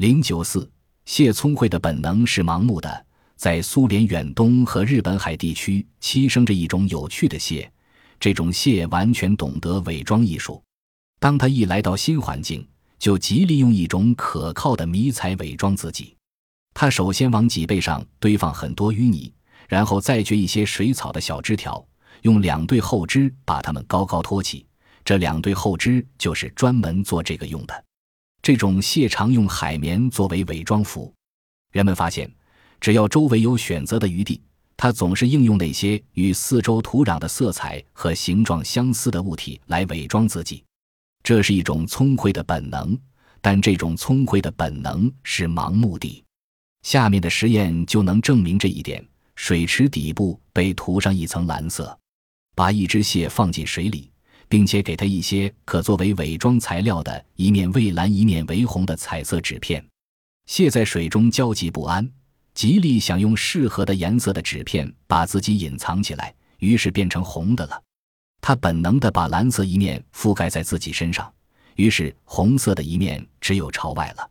094蟹聪慧的本能是盲目的，在苏联远东和日本海地区栖生着一种有趣的蟹，这种蟹完全懂得伪装艺术。当它一来到新环境，就极力用一种可靠的迷彩伪装自己。它首先往脊背上堆放很多淤泥，然后再掘一些水草的小枝条，用2对后肢把它们高高托起，这2对后肢就是专门做这个用的。这种蟹常用海绵作为伪装服。人们发现，只要周围有选择的余地，它总是应用那些与四周土壤的色彩和形状相似的物体来伪装自己。这是一种聪慧的本能，但这种聪慧的本能是盲目的。下面的实验就能证明这一点。水池底部被涂上一层蓝色，把一只蟹放进水里，并且给它一些可作为伪装材料的一面为蓝一面为红的彩色纸片。蟹在水中焦急不安，极力想用适合的颜色的纸片把自己隐藏起来，于是变成红的了。它本能地把蓝色一面覆盖在自己身上，于是红色的一面只有朝外了。